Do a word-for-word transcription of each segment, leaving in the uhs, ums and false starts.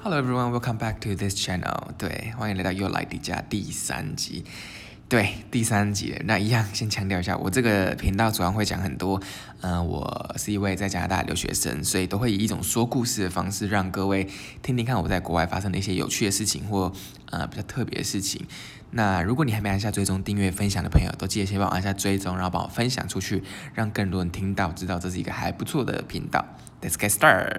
Hello everyone, welcome back to this channel. 对，欢迎来到又来迪家第三集。对，第三集了。那一样，先强调一下，我这个频道主要会讲很多，呃，我是一位在加拿大的留学生，所以都会以一种说故事的方式，让各位听听看我在国外发生的一些有趣的事情或呃比较特别的事情。那如果你还没按下追踪、订阅、分享的朋友，都记得先帮我按下追踪，然后帮我分享出去，让更多人听到，知道这是一个还不错的频道。Let's get started。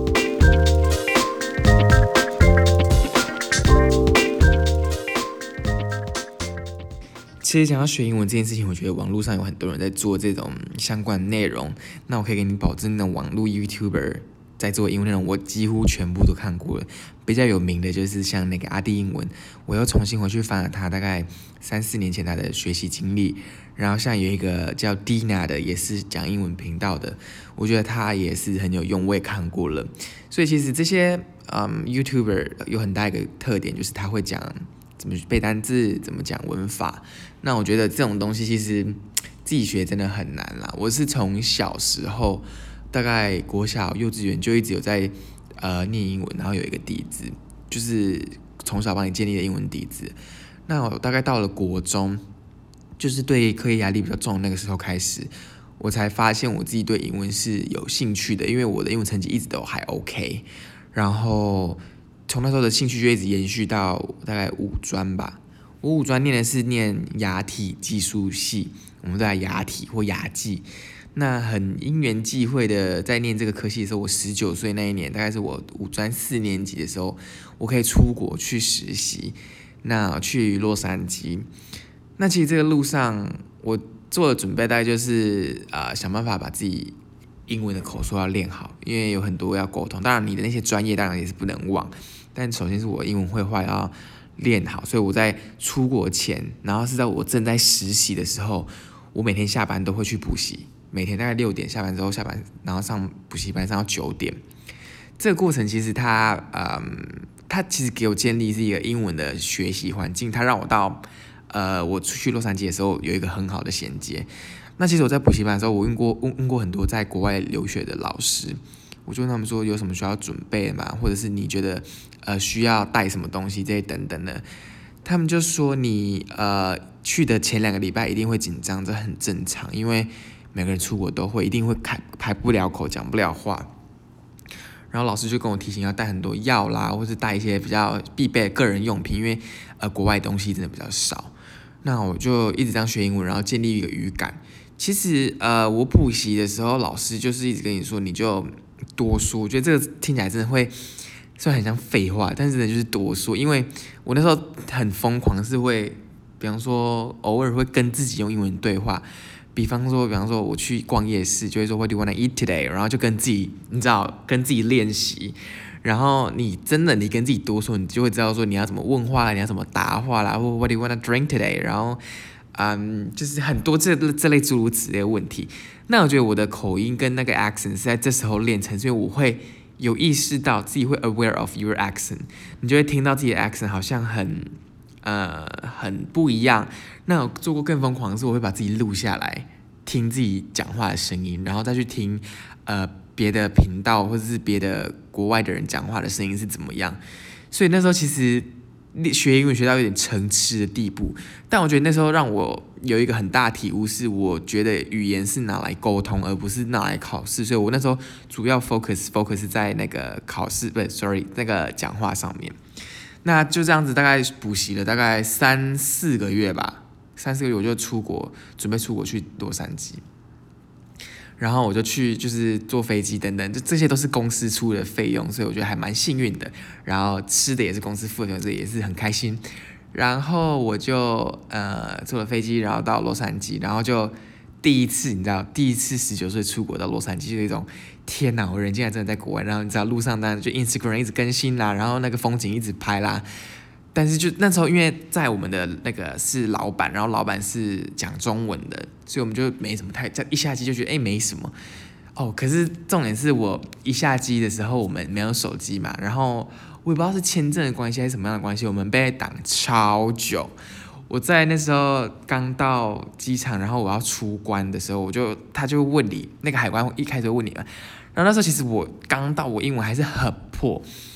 其实讲到学英文这件事情，我觉得网络上有很多人在做这种相关内容。那我可以给你保证，那种网络 YouTuber 在做英文内容，我几乎全部都看过了。比较有名的就是像那个阿弟英文，我又重新回去翻了他大概三四年前他的学习经历。然后像有一个叫 Dina 的，也是讲英文频道的，我觉得他也是很有用，我也看过了。所以其实这些嗯 YouTuber 有很大一个特点，就是他会讲怎么背单字，怎么讲文法。那我觉得这种东西其实自己学真的很难啦。我是从小时候大概国小、幼稚园就一直有在呃念英文，然后有一个底子，就是从小帮你建立的英文底子。那我大概到了国中，就是对课业压力比较重的那个时候开始，我才发现我自己对英文是有兴趣的，因为我的英文成绩一直都还 OK。然后从那时候的兴趣就一直延续到大概五专吧。我五专念的是念牙体技术系，我们都在牙体或牙技。那很因缘际会的，在念这个科系的时候，我十九岁那一年，大概是我五专四年级的时候，我可以出国去实习，那去洛杉矶。那其实这个路上，我做的准备大概就是呃想办法把自己英文的口说要练好，因为有很多要沟通。当然，你的那些专业当然也是不能忘，但首先是我英文绘画要练好。所以我在出国前，然后是在我正在实习的时候，我每天下班都会去补习，每天大概六点下班之后下班，然后上补习班上到九点。这个过程其实它嗯，它其实给我建立是一个英文的学习环境，它让我到呃我出去洛杉矶的时候有一个很好的衔接。那其实我在补习班的时候，我问过问问过很多在国外留学的老师，我就问他们说有什么需要准备吗？或者是你觉得呃需要带什么东西这些等等的，他们就说你呃去的前两个礼拜一定会紧张，这很正常，因为每个人出国都会，一定会开排不了口，讲不了话。然后老师就跟我提醒要带很多药啦，或是带一些比较必备的个人用品，因为呃国外东西真的比较少。那我就一直这样学英文，然后建立一个语感。其实呃我补习的时候，老师就是一直跟你说，你就多说。我觉得这个听起来真的会虽然很像废话，但是呢就是多说。因为我那时候很疯狂，是会比方说偶尔会跟自己用英文对话。比方说，比方说我去逛夜市，就会说 What do you wanna eat today？ 然后就跟自己，你知道，跟自己练习。然后你真的，你跟自己多说，你就会知道说你要怎么问话啦，你要怎么答话啦，或 What do you wanna drink today？ 然后，嗯，就是很多这这类诸如此类的问题。那我觉得我的口音跟那个 accent 是在这时候练成，所以我会有意识到自己会 aware of your accent， 你就会听到自己的 accent 好像很。呃，很不一样。那我做过更疯狂的是，我会把自己录下来，听自己讲话的声音，然后再去听呃别的频道或者是别的国外的人讲话的声音是怎么样。所以那时候其实学英文学到有点成痴的地步，但我觉得那时候让我有一个很大的体悟，是我觉得语言是拿来沟通，而不是拿来考试。所以我那时候主要 focus focus 在那个考试，不是 sorry 那个讲话上面。那就这样子，大概补习了大概三四个月吧，三四个月我就出国，准备出国去洛杉矶，然后我就去就是坐飞机等等，就这些都是公司出的费用，所以我觉得还蛮幸运的。然后吃的也是公司付的，这也是很开心。然后我就呃坐了飞机，然后到洛杉矶，然后就第一次你知道，第一次十九岁出国到洛杉矶，就是一种天哪，我人竟然真的在国外。然后你知道路上当然就 Instagram 一直更新啦，然后那个风景一直拍啦。但是就那时候，因为在我们的那个是老板，然后老板是讲中文的，所以我们就没什么太，一下机就觉得哎没什么。哦，可是重点是我一下机的时候，我们没有手机嘛，然后我也不知道是签证的关系还是什么样的关系，我们被挡超久。我在那时候刚到机场，然后我要出关的时候，我就他就问你，那个海关一开始就问你嘛，然后那时候其实我刚到，我英文还是很破，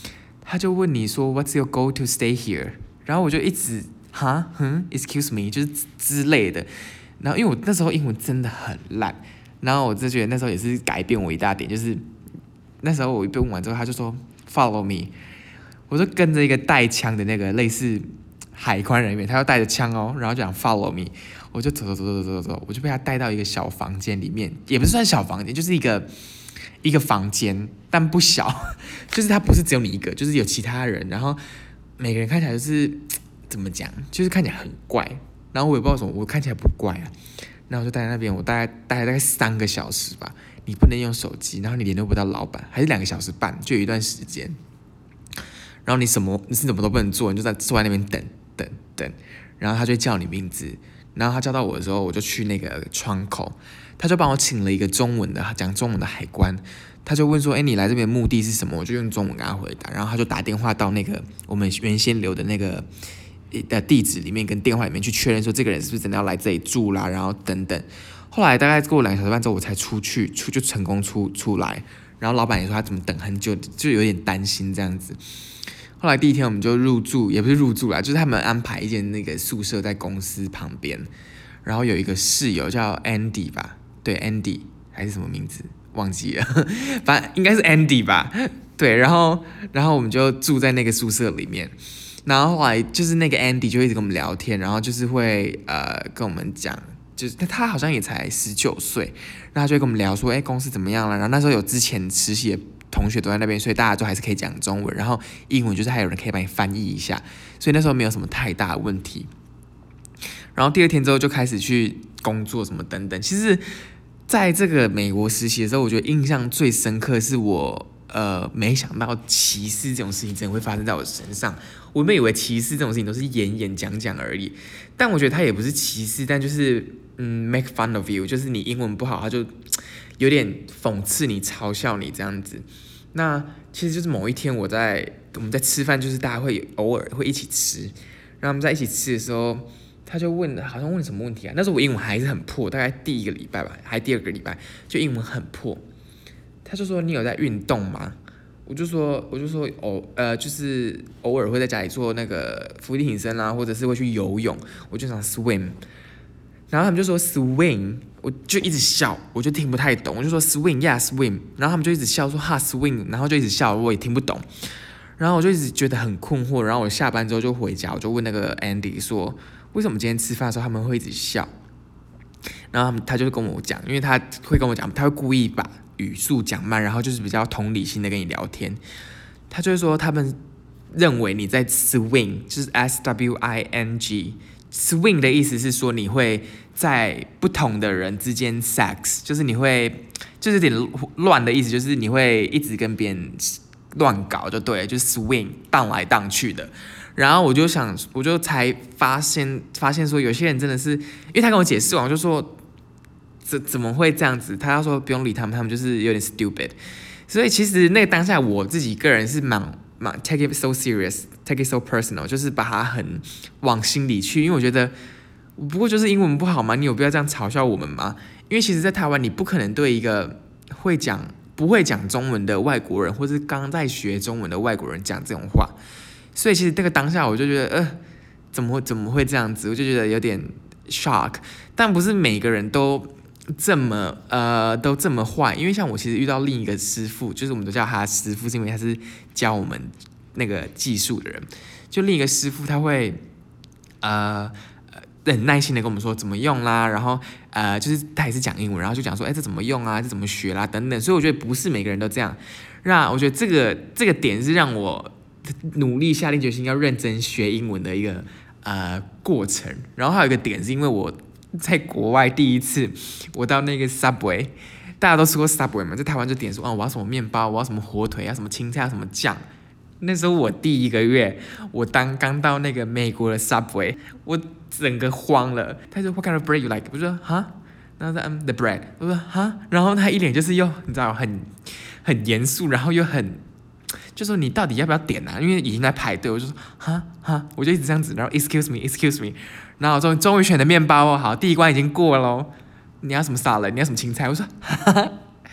他就问你说 What's your goal to stay here？ 然后我就一直哈哼 Excuse me 就是之类的。然后因为我那时候英文真的很烂，然后我就觉得那时候也是改变我一大点，就是那时候我一被问完之后，他就说 Follow me， 我就跟着一个带枪的那个类似海关人员，他要带着枪哦，然后就讲 Follow me， 我就走走走走走走，我就被他带到一个小房间里面，也不是算小房间，就是一个一个房间，但不小，就是他不是只有你一个，就是有其他人，然后每个人看起来就是怎么讲，就是看起来很怪，然后我也不知道什么，我看起来不怪啊，然后我就待在那边，我大概待了大概三个小时吧，你不能用手机，然后你联络不到老板，还是两个小时半，就有一段时间，然后你什么你是什么都不能做，你就在坐在那边等等等，然后他就会叫你名字，然后他叫到我的时候，我就去那个窗口，他就帮我请了一个中文的讲中文的海关，他就问说，哎，你来这边的目的是什么？我就用中文跟他回答，然后他就打电话到那个我们原先留的那个的地址里面跟电话里面去确认说这个人是不是真的要来这里住啦，然后等等。后来大概过两个小时半之后，我才出去，出就成功出出来。然后老板也说他怎么等很久，就有点担心这样子。后来第一天我们就入住，也不是入住啦，就是他们安排一间那个宿舍在公司旁边，然后有一个室友叫 Andy 吧，对 Andy 还是什么名字忘记了，反正应该是 Andy 吧，对，然后然后我们就住在那个宿舍里面，然后后来就是那个 Andy 就一直跟我们聊天，然后就是会呃跟我们讲。就是他好像也才十九岁，然后他就会跟我们聊说，哎，公司怎么样了？然后那时候有之前实习的同学都在那边，所以大家都还是可以讲中文，然后英文就是还有人可以帮你翻译一下，所以那时候没有什么太大的问题。然后第二天之后就开始去工作什么等等。其实，在这个美国实习的时候，我觉得印象最深刻是我呃没想到歧视这种事情真的会发生在我身上。我原本以为歧视这种事情都是演演讲讲而已，但我觉得他也不是歧视，但就是嗯 make fun of you， 就是你英文不好，他就有点讽刺你、嘲笑你这样子。那其实就是某一天我在我们在吃饭，就是大家会偶尔会一起吃，然后我们在一起吃的时候，他就问，好像问什么问题啊？那时候我英文还是很破，大概第一个礼拜吧，还第二个礼拜就英文很破。他就说你有在运动吗？我就说，我就说偶呃，就是偶尔会在家里做那个伏地挺身啦，或者是会去游泳，我就想 swim， 然后他们就说 swing， 我就一直笑，我就听不太懂，我就说 swing yeah swim， 然后他们就一直笑说哈 swing， 然后就一直笑，我也听不懂，然后我就一直觉得很困惑，然后我下班之后就回家，我就问那个 Andy 说，为什么今天吃饭的时候他们会一直笑？然后他就跟我讲，因为他会跟我讲，他会故意把语速讲慢，然后就是比较同理心的跟你聊天。他就会说，他们认为你在 swing， 就是 S W I N G。swing 的意思是说你会在不同的人之间 sex， 就是你会就是有点乱的意思，就是你会一直跟别人乱搞就对了，就是 swing 荡来荡去的。然后我就想，我就才发现发现说，有些人真的是，因为他跟我解释完，我就说。怎怎么会这样子？他要说不用理他们，他们就是有点 stupid。所以其实那个当下我自己个人是蛮蛮 take it so serious，take it so personal， 就是把它很往心里去，因为我觉得不过就是英文不好嘛，你有必要这样嘲笑我们吗？因为其实，在台湾你不可能对一个会讲不会讲中文的外国人，或是刚在学中文的外国人讲这种话，所以其实那个当下我就觉得，呃，怎么会怎么会这样子？我就觉得有点 shock， 但不是每个人都。这么呃都这么坏，因为像我其实遇到另一个师傅，就是我们都叫他师傅，是因为他是教我们那个技术的人。就另一个师傅他会呃很耐心的跟我们说怎么用啦，然后呃就是他也是讲英文，然后就讲说哎这怎么用啊，这怎么学啦等等。所以我觉得不是每个人都这样。那我觉得这个这个点是让我努力下定决心要认真学英文的一个呃过程。然后还有一个点是因为我。在国外第一次，我到那个 Subway， 大家都吃过 Subway 嘛，在台湾就点说，啊，我要什么面包，我要什么火腿，要什么青菜，要什么酱。那时候我第一个月，我当刚到那个美国的 Subway， 我整个慌了。他说 What kind of bread you like？ 我说哈，然后他说 the bread， 我说哈，然后他一脸就是又你知道很很严肃，然后又很。就说你到底要不要点啊？因为已经在排队，我就说哈哈，我就一直这样子，然后 excuse me excuse me， 然后终终于选的面包哦，好，第一关已经过了咯，你要什么沙拉？你要什么青菜？我说哈哈，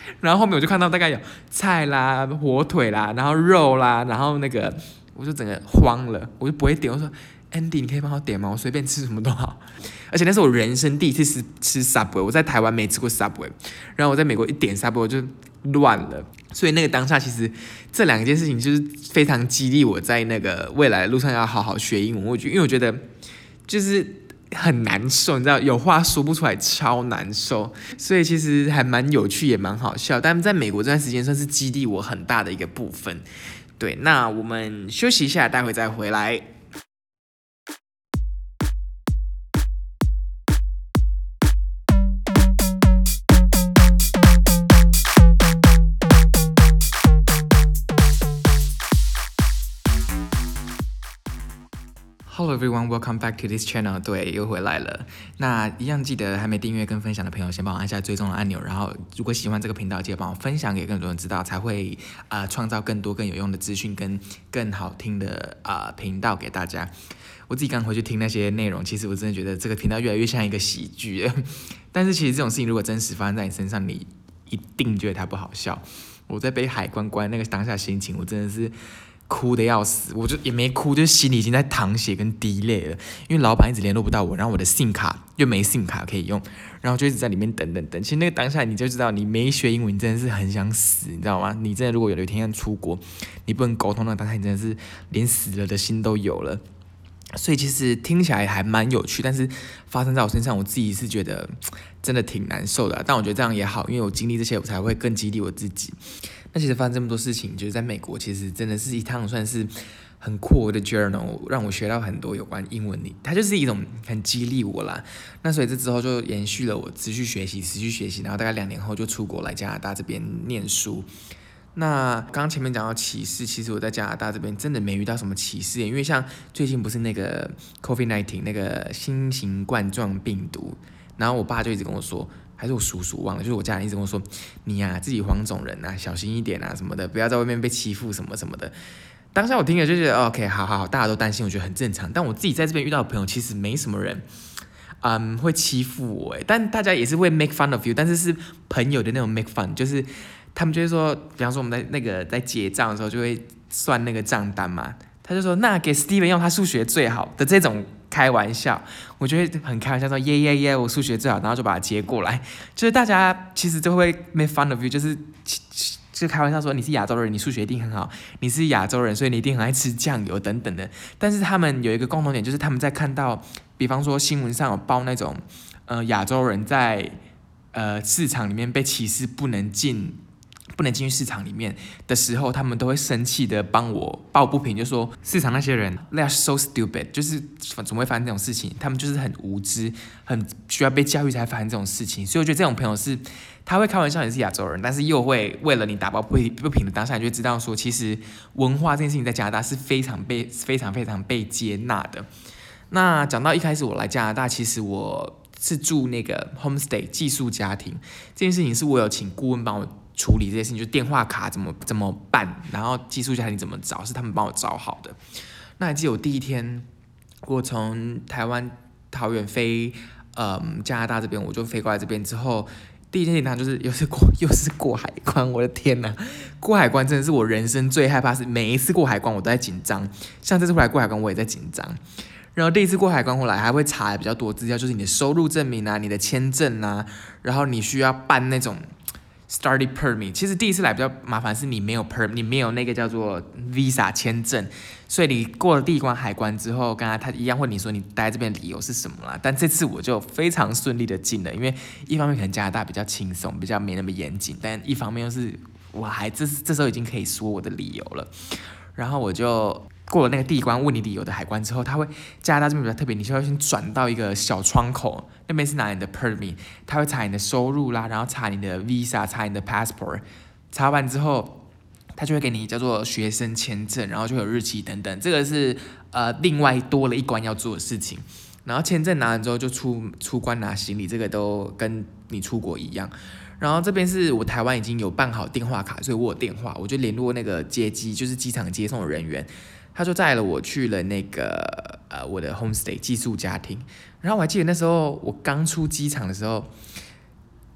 然后后面我就看到大概有菜啦、火腿啦，然后肉啦，然后那个我就整个慌了，我就不会点，我说 Andy 你可以帮我点吗？我随便吃什么都好。而且那是我人生第一次吃吃 Subway， 我在台湾没吃过 Subway， 然后我在美国一点 Subway 我就乱了。所以那个当下其实这两件事情就是非常激励我在那个未来的路上要好好学英文。我觉得因为我觉得就是很难受，你知道有话说不出来，超难受。所以其实还蛮有趣也蛮好笑，但在美国这段时间算是激励我很大的一个部分。对，那我们休息一下，待会再回来。Hello everyone, welcome back to this channel. 对，又回来了。那一样记得还没订阅跟分享的朋友，先帮我按下追踪的按钮。然后，如果喜欢这个频道，记得帮我分享给更多人知道，才会呃创造更多更有用的资讯跟更好听的呃频道给大家。我自己刚回去听那些内容，其实我真的觉得这个频道越来越像一个喜剧了。但是其实这种事情如果真实发生在你身上，你一定觉得它不好笑。我在被海关关那个当下心情，我真的是哭的要死，我就也没哭，就是心里已经在淌血跟滴泪了。因为老板一直联络不到我，然后我的 SIM 卡又没 SIM 卡可以用，然后就一直在里面等等等。其实那个当下你就知道，你没学英文，你真的是很想死，你知道吗？你真的如果有一天要出国，你不能沟通，那当下你真的是连死了的心都有了。所以其实听起来还蛮有趣，但是发生在我身上，我自己是觉得真的挺难受的。但我觉得这样也好，因为我经历这些，我才会更激励我自己。那其实发生这么多事情，就是在美国，其实真的是一趟算是很酷的 journal， 让我学到很多有关英文里，它就是一种很激励我啦。那所以这之后就延续了我持续学习，持续学习，然后大概两年后就出国来加拿大这边念书。那刚刚前面讲到歧视，其实我在加拿大这边真的没遇到什么歧视，因为像最近不是那个 COVID 十九 那个新型冠状病毒，然后我爸就一直跟我说，还是我叔叔忘了，就是我家人一直跟我说，你呀、啊、自己黄种人啊，小心一点啊什么的，不要在外面被欺负什么什么的。当下我听了就觉得 OK， 好好好，大家都担心，我觉得很正常。但我自己在这边遇到的朋友，其实没什么人。嗯，会欺负我诶，但大家也是会 make fun of you， 但是是朋友的那种 make fun， 就是他们就会说，比方说我们在那个在结账的时候就会算那个账单嘛，他就说那给 Steven 用他数学最好的这种开玩笑，我就会很开玩笑说耶耶耶，我数学最好，然后就把它接过来，就是大家其实就会 make fun of you， 就是就开玩笑说你是亚洲人，你数学一定很好，你是亚洲人，所以你一定很爱吃酱油等等的。但是他们有一个共同点，就是他们在看到，比方说新闻上有报那种，呃，亚洲人在呃市场里面被歧视，不能进。不能进去市场里面的时候，他们都会生气的帮我抱不平，就说市场那些人 they are so stupid， 就是怎么会发生这种事情？他们就是很无知，很需要被教育才发生这种事情。所以我觉得这种朋友是，他会开玩笑你是亚洲人，但是又会为了你打抱不平的当下，你就会知道说，其实文化这件事情在加拿大是非常被非常非常被接纳的。那讲到一开始我来加拿大，其实我是住那个 homestay 寄宿家庭，这件事情是我有请顾问帮我处理这些事情，就电话卡怎么怎么办，然后寄宿家庭怎么找，是他们帮我找好的。那还记得我第一天，我从台湾桃园飞，嗯，加拿大这边，我就飞过来这边之后，第一天呢就是又是过又是过海关，我的天哪！过海关真的是我人生最害怕，是每一次过海关我都在紧张，像这次回来过海关我也在紧张。然后第一次过海关回来还会查比较多资料，就是你的收入证明啊，你的签证啊，然后你需要办那种study permit。其实第一次来比较麻烦，是你没有 permit， 你没有那个叫做 visa 签证，所以你过了第一关海关之后，刚才他一样问你说你待在这边的理由是什么啦。但这次我就非常顺利的进了，因为一方面可能加拿大比较轻松，比较没那么严谨，但一方面又是我还这这时候已经可以说我的理由了，然后我就过了那个第一关问你理由的海关之后，他会加拿大这边比较特别，你就要先转到一个小窗口，那边是拿你的 permit， 他会查你的收入啦，然后查你的 visa， 查你的 passport， 查完之后，他就会给你叫做学生签证，然后就有日期等等，这个是呃另外多了一关要做的事情。然后签证拿完之后就出出关拿行李，这个都跟你出国一样。然后这边是我台湾已经有办好电话卡，所以我有电话，我就联络那个接机，就是机场接送的人员。他就载了我去了那个呃我的 homestay 寄宿家庭，然后我还记得那时候我刚出机场的时候，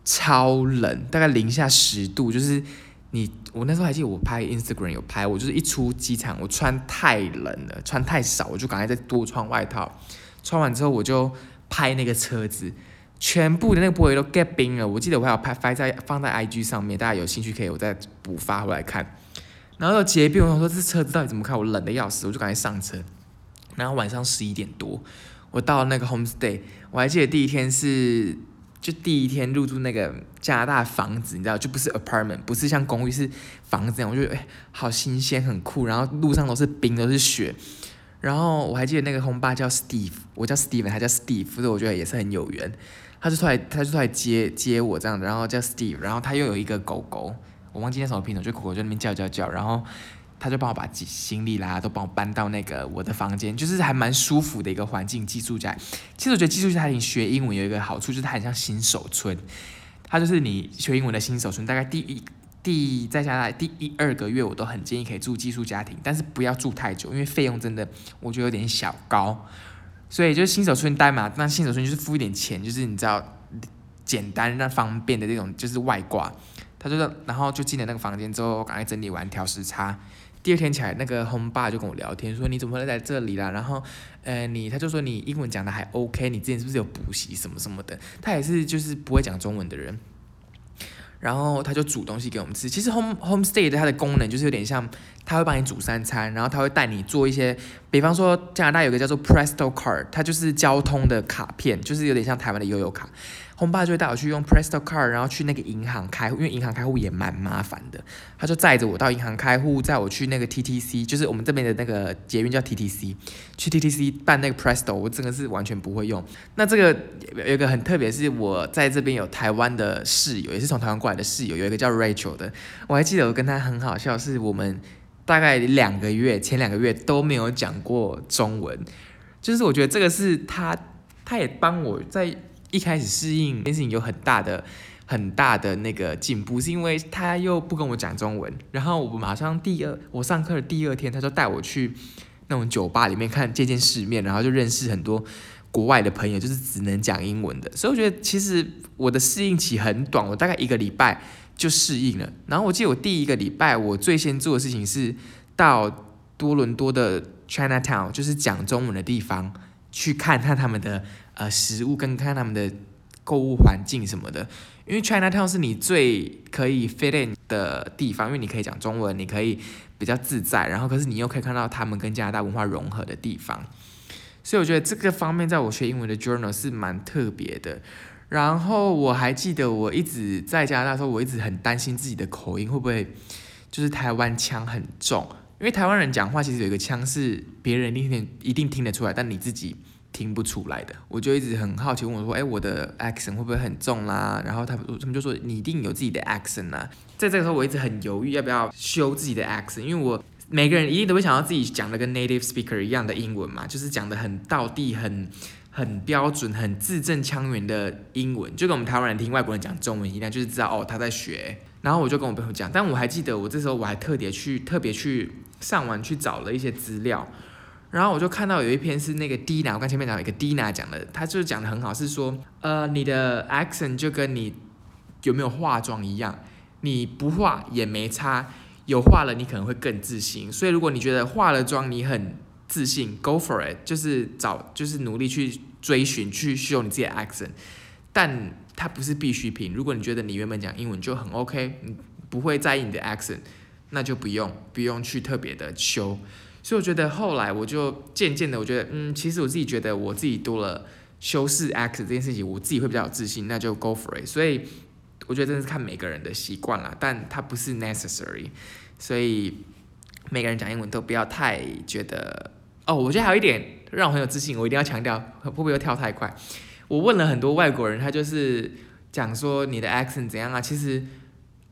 超冷，大概零下十度，就是你我那时候还记得我拍 Instagram 有拍，我就是一出机场我穿太冷了，穿太少，我就赶快再多穿外套，穿完之后我就拍那个车子。全部的那个玻璃都 get 冰了，我记得我还有拍放在放在 I G 上面，大家有兴趣可以我再补发回来看。然后结冰，我想说这车子到底怎么开？我冷的要死，我就赶快上车。然后晚上十一点多，我到那个 homestay， 我还记得第一天是就第一天入住那个加拿大房子，你知道，就不是 apartment， 不是像公寓是房子那样，我觉得哎、欸、好新鲜很酷，然后路上都是冰都是雪。然后我还记得那个红爸叫 Steve， 我叫 Steven， 他叫 Steve， 所以我觉得也是很有缘。他就出来，他就出来接接我这样子，然后叫 Steve， 然后他又有一个狗狗，我忘记那什么品种，就狗狗在那边叫叫叫，然后他就帮我把行李啦都帮我搬到那个我的房间，就是还蛮舒服的一个环境。寄宿家，其实我觉得寄宿家庭学英文有一个好处，就是它很像新手村，它就是你学英文的新手村。大概第一第在加拿大第一二个月，我都很建议可以住寄宿家庭，但是不要住太久，因为费用真的我觉得有点小高。所以就是新手村待嘛，那新手村就是付一点钱，就是你知道简单那方便的这种就是外挂。他就然后就进了那个房间之后，赶快整理完调时差。第二天起来，那个 home 爸就跟我聊天说你怎么会在这里啦？然后呃你他就说你英文讲的还 OK， 你之前是不是有补习什么什么的？他也是就是不会讲中文的人。然后他就煮东西给我们吃。其实 home homestay 的它的功能就是有点像，他会帮你煮三餐，然后他会带你做一些，比方说加拿大有个叫做 Presto Card， 它就是交通的卡片，就是有点像台湾的悠游卡。红爸就会带我去用 Presto Card， 然后去那个银行开户，因为银行开户也蛮麻烦的。他就载着我到银行开户，载我去那个 T T C， 就是我们这边的那个捷运叫 T T C， 去 T T C 办那个 Presto， 我真的是完全不会用。那这个有一个很特别，是我在这边有台湾的室友，也是从台湾过来的室友，有一个叫 Rachel 的，我还记得我跟他很好笑，是我们大概两个月前两个月都没有讲过中文，就是我觉得这个是他，他也帮我在一开始适应这件事情有很大的很大的那个进步，是因为他又不跟我讲中文，然后我马上第二我上课的第二天，他就带我去那种酒吧里面看见见世面，然后就认识很多国外的朋友，就是只能讲英文的，所以我觉得其实我的适应期很短，我大概一个礼拜就适应了。然后我记得我第一个礼拜我最先做的事情是到多伦多的 Chinatown， 就是讲中文的地方去看看他们的呃食物，跟看他们的购物环境什么的。因为 Chinatown 是你最可以 fit in 的地方，因为你可以讲中文，你可以比较自在，然后可是你又可以看到他们跟加拿大文化融合的地方。所以我觉得这个方面在我学英文的 journal 是蛮特别的。然后我还记得我一直在加拿大的时候，我一直很担心自己的口音会不会就是台湾腔很重，因为台湾人讲话其实有一个腔是别人一定一定听得出来，但你自己听不出来的。我就一直很好奇问我说，哎，我的 accent 会不会很重啦？然后他他们就说你一定有自己的 accent 啊。在这个时候我一直很犹豫要不要修自己的 accent， 因为我每个人一定都会想要自己讲的跟 native speaker 一样的英文嘛，就是讲的很道地、很很标准、很字正腔圆的英文，就跟我们台湾人听外国人讲中文一样，就是知道哦他在学。然后我就跟我朋友讲，但我还记得我这时候我还特别去特别去上网去找了一些资料，然后我就看到有一篇是那个 Dina， 我刚前面讲有一个 Dina 讲的，他就是讲的很好，是说呃你的 accent 就跟你有没有化妆一样，你不化也没差。有化了，你可能会更自信。所以如果你觉得化了妆你很自信 ，Go for it， 就是找就是努力去追寻去秀你自己的 accent， 但它不是必需品。如果你觉得你原本讲英文就很 OK， 你不会在意你的 accent， 那就不用不用去特别的修。所以我觉得后来我就渐渐的，我觉得嗯，其实我自己觉得我自己多了修饰 accent 这件事情，我自己会比较有自信，那就 Go for it。所以我觉得真的是看每个人的习惯啦，但它不是 necessary， 所以每个人讲英文都不要太觉得哦。我觉得还有一点让我很有自信，我一定要强调，会不会又跳太快？我问了很多外国人，他就是讲说你的 accent 怎样啊？其实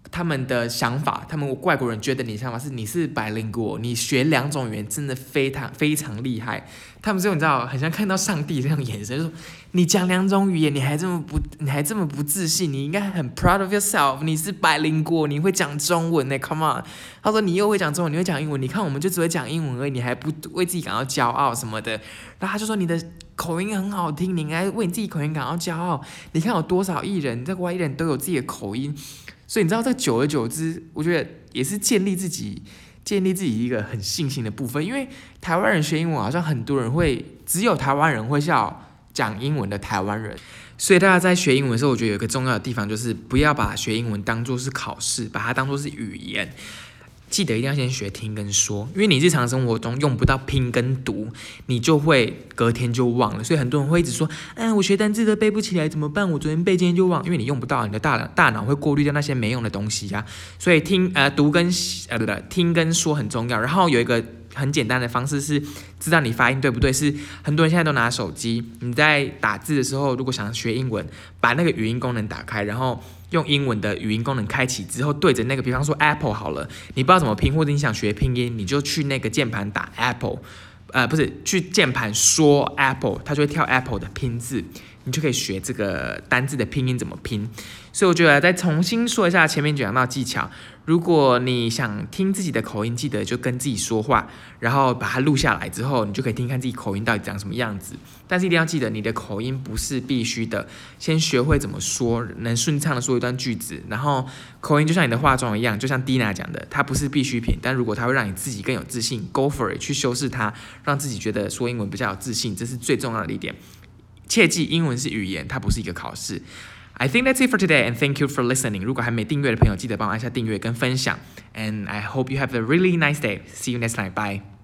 他们的想法，他们外国人觉得你的想法是你是bilingual，你学两种语言真的非常非常厉害。他们这种你知道，很像看到上帝这样眼神，就说你讲两种语言，你还这么不，你还这么不自信，你应该很 proud of yourself， 你是bilingual，你会讲中文呢 ，come on。他说你又会讲中文，你会讲英文，你看我们就只会讲英文而已，你还不为自己感到骄傲什么的。然后他就说你的口音很好听，你应该为你自己口音感到骄傲。你看有多少艺人，在国外艺人都有自己的口音。所以你知道，这久而久之，我觉得也是建立自己、建立自己一个很信心的部分。因为台湾人学英文，好像很多人会，只有台湾人会叫讲英文的台湾人。所以大家在学英文的时候，我觉得有一个重要的地方，就是不要把学英文当作是考试，把它当作是语言。记得一定要先学听跟说，因为你日常生活中用不到拼跟读，你就会隔天就忘了。所以很多人会一直说，嗯，我学单字都背不起来，怎么办？我昨天背，今天就忘，因为你用不到，你的大大脑会过滤掉那些没用的东西啊。所以听呃读跟呃不对，听跟说很重要。然后有一个很简单的方式是知道你发音对不对，是很多人现在都拿手机，你在打字的时候，如果想学英文，把那个语音功能打开，然后用英文的语音功能开启之后，对着那个，比方说 Apple 好了，你不知道怎么拼，或者你想学拼音，你就去那个键盘打 Apple， 呃，不是去键盘说 Apple， 它就会跳 Apple 的拼字，你就可以学这个单字的拼音怎么拼。所以我觉得再重新说一下前面讲到技巧，如果你想听自己的口音，记得就跟自己说话，然后把它录下来之后，你就可以听看自己口音到底长什么样子。但是一定要记得，你的口音不是必须的，先学会怎么说，能顺畅的说一段句子。然后口音就像你的化妆一样，就像 Dina 讲的，它不是必需品，但如果它会让你自己更有自信 ，Go for it， 去修饰它，让自己觉得说英文比较有自信，这是最重要的一点。切记，英文是语言，它不是一个考试。I think that's it for today, and thank you for listening. 如果还没订阅的朋友，记得帮我按下订阅跟分享。And I hope you have a really nice day. See you next time. Bye.